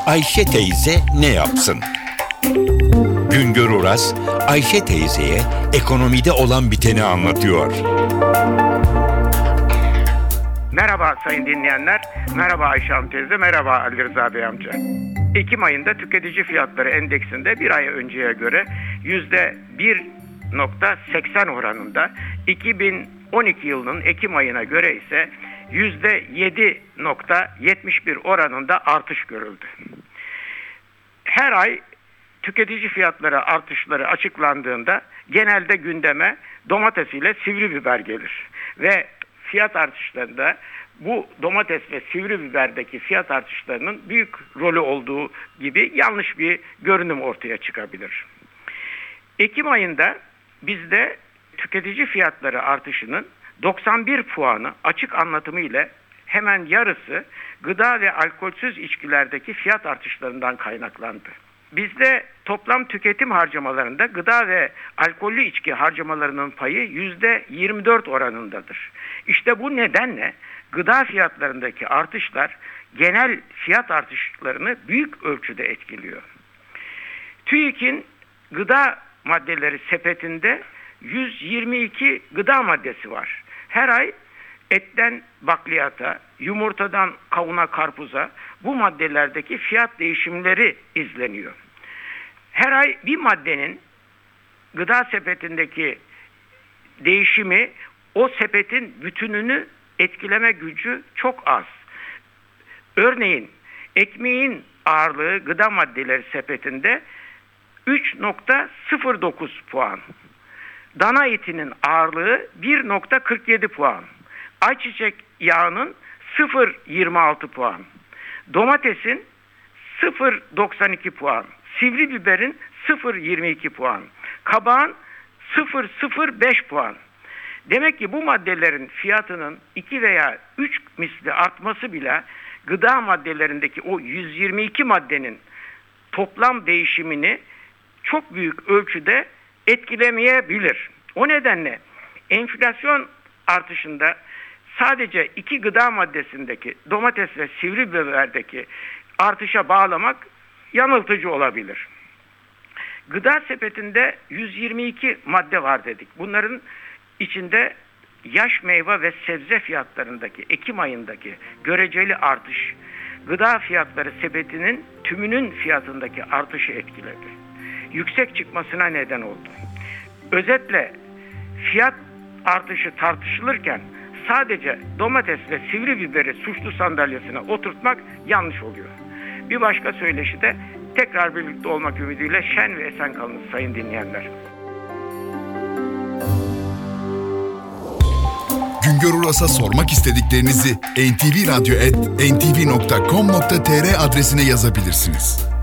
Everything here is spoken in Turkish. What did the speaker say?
Ayşe teyze ne yapsın? Güngör Oras, Ayşe teyzeye ekonomide olan biteni anlatıyor. Merhaba sayın dinleyenler, merhaba Ayşe Hanım teyze, merhaba Ali Rıza Bey amca. Ekim ayında tüketici fiyatları endeksinde bir ay önceye göre %1,80 oranında, 2012 yılının Ekim ayına göre ise %7,71 oranında artış görüldü. Her ay tüketici fiyatları artışları açıklandığında genelde gündeme domates ile sivri biber gelir. Ve fiyat artışlarında bu domates ve sivri biberdeki fiyat artışlarının büyük rolü olduğu gibi yanlış bir görünüm ortaya çıkabilir. Ekim ayında bizde tüketici fiyatları artışının 91 puanı açık anlatımı ile hemen yarısı gıda ve alkolsüz içkilerdeki fiyat artışlarından kaynaklandı. Bizde toplam tüketim harcamalarında gıda ve alkollü içki harcamalarının payı %24 oranındadır. İşte bu nedenle gıda fiyatlarındaki artışlar genel fiyat artışlarını büyük ölçüde etkiliyor. TÜİK'in gıda maddeleri sepetinde 122 gıda maddesi var. Her ay etten bakliyata, yumurtadan kavuna, karpuza bu maddelerdeki fiyat değişimleri izleniyor. Her ay bir maddenin gıda sepetindeki değişimi o sepetin bütününü etkileme gücü çok az. Örneğin ekmeğin ağırlığı gıda maddeleri sepetinde 3,09 puan. Dana etinin ağırlığı 1,47 puan. Ayçiçek yağının 0,26 puan. Domatesin 0,92 puan. Sivri biberin 0,22 puan. Kabağın 0,05 puan. Demek ki bu maddelerin fiyatının 2 veya 3 misli artması bile gıda maddelerindeki o 122 maddenin toplam değişimini çok büyük ölçüde etkilemeyebilir. O nedenle enflasyon artışında sadece iki gıda maddesindeki domates ve sivri biberdeki artışa bağlamak yanıltıcı olabilir. Gıda sepetinde 122 madde var dedik. Bunların içinde yaş meyve ve sebze fiyatlarındaki Ekim ayındaki göreceli artış, gıda fiyatları sepetinin tümünün fiyatındaki artışı etkiledi. Yüksek çıkmasına neden oldu. Özetle fiyat artışı tartışılırken sadece domates ve sivri biberi suçlu sandalyesine oturtmak yanlış oluyor. Bir başka söyleşide tekrar birlikte olmak ümidiyle şen ve esen kalınız sayın dinleyenler. Güngör Uras'a sormak istediklerinizi ntv.com.tr adresine yazabilirsiniz.